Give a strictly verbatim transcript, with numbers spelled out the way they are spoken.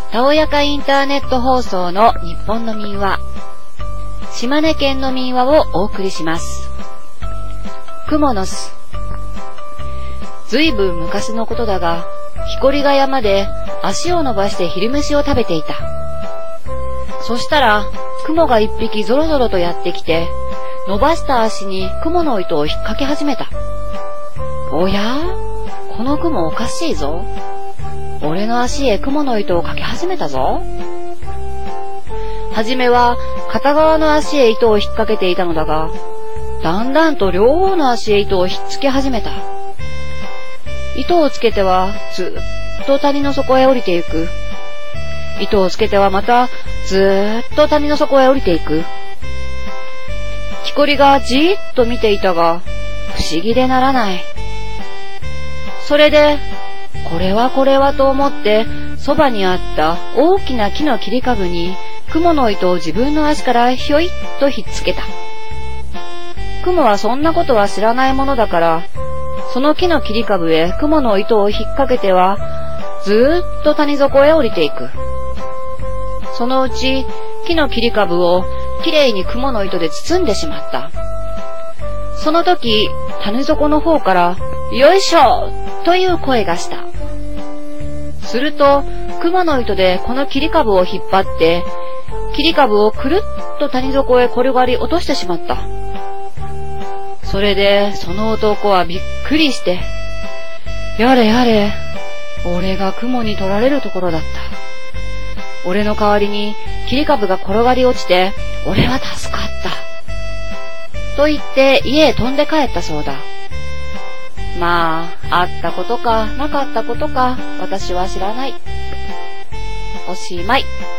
たおやかインターネット放送の日本の民話、島根県の民話をお送りします。クモの巣。ずいぶん昔のことだが、ひこりが山で足を伸ばして昼飯を食べていた。そしたら、クモが一匹ゾロゾロとやってきて、伸ばした足にクモの糸を引っ掛け始めた。おや？このクモおかしいぞ。俺の足へクモの糸をかけ始めたぞ。はじめは片側の足へ糸を引っ掛けていたのだが、だんだんと両方の足へ糸をひっつけ始めた。糸をつけてはずっと谷の底へ降りてゆく。糸をつけてはまたずっと谷の底へ降りていく。木こりがじーっと見ていたが、不思議でならない。それで、これはこれはと思って、そばにあった大きな木の切り株に、クモの糸を自分の足からひょいっとひっつけた。クモはそんなことは知らないものだから、その木の切り株へクモの糸を引っ掛けては、ずーっと谷底へ降りていく。そのうち、木の切り株をきれいにクモの糸で包んでしまった。その時、谷底の方から、よいしょという声がした。すると、クモの糸でこの切り株を引っ張って、切り株をくるっと谷底へ転がり落としてしまった。それで、その男はびっくりして、やれやれ、俺がクモに取られるところだった。俺の代わりに切り株が転がり落ちて、俺は助かった。と言って家へ飛んで帰ったそうだ。まあ、あったことかなかったことか私は知らない。おしまい。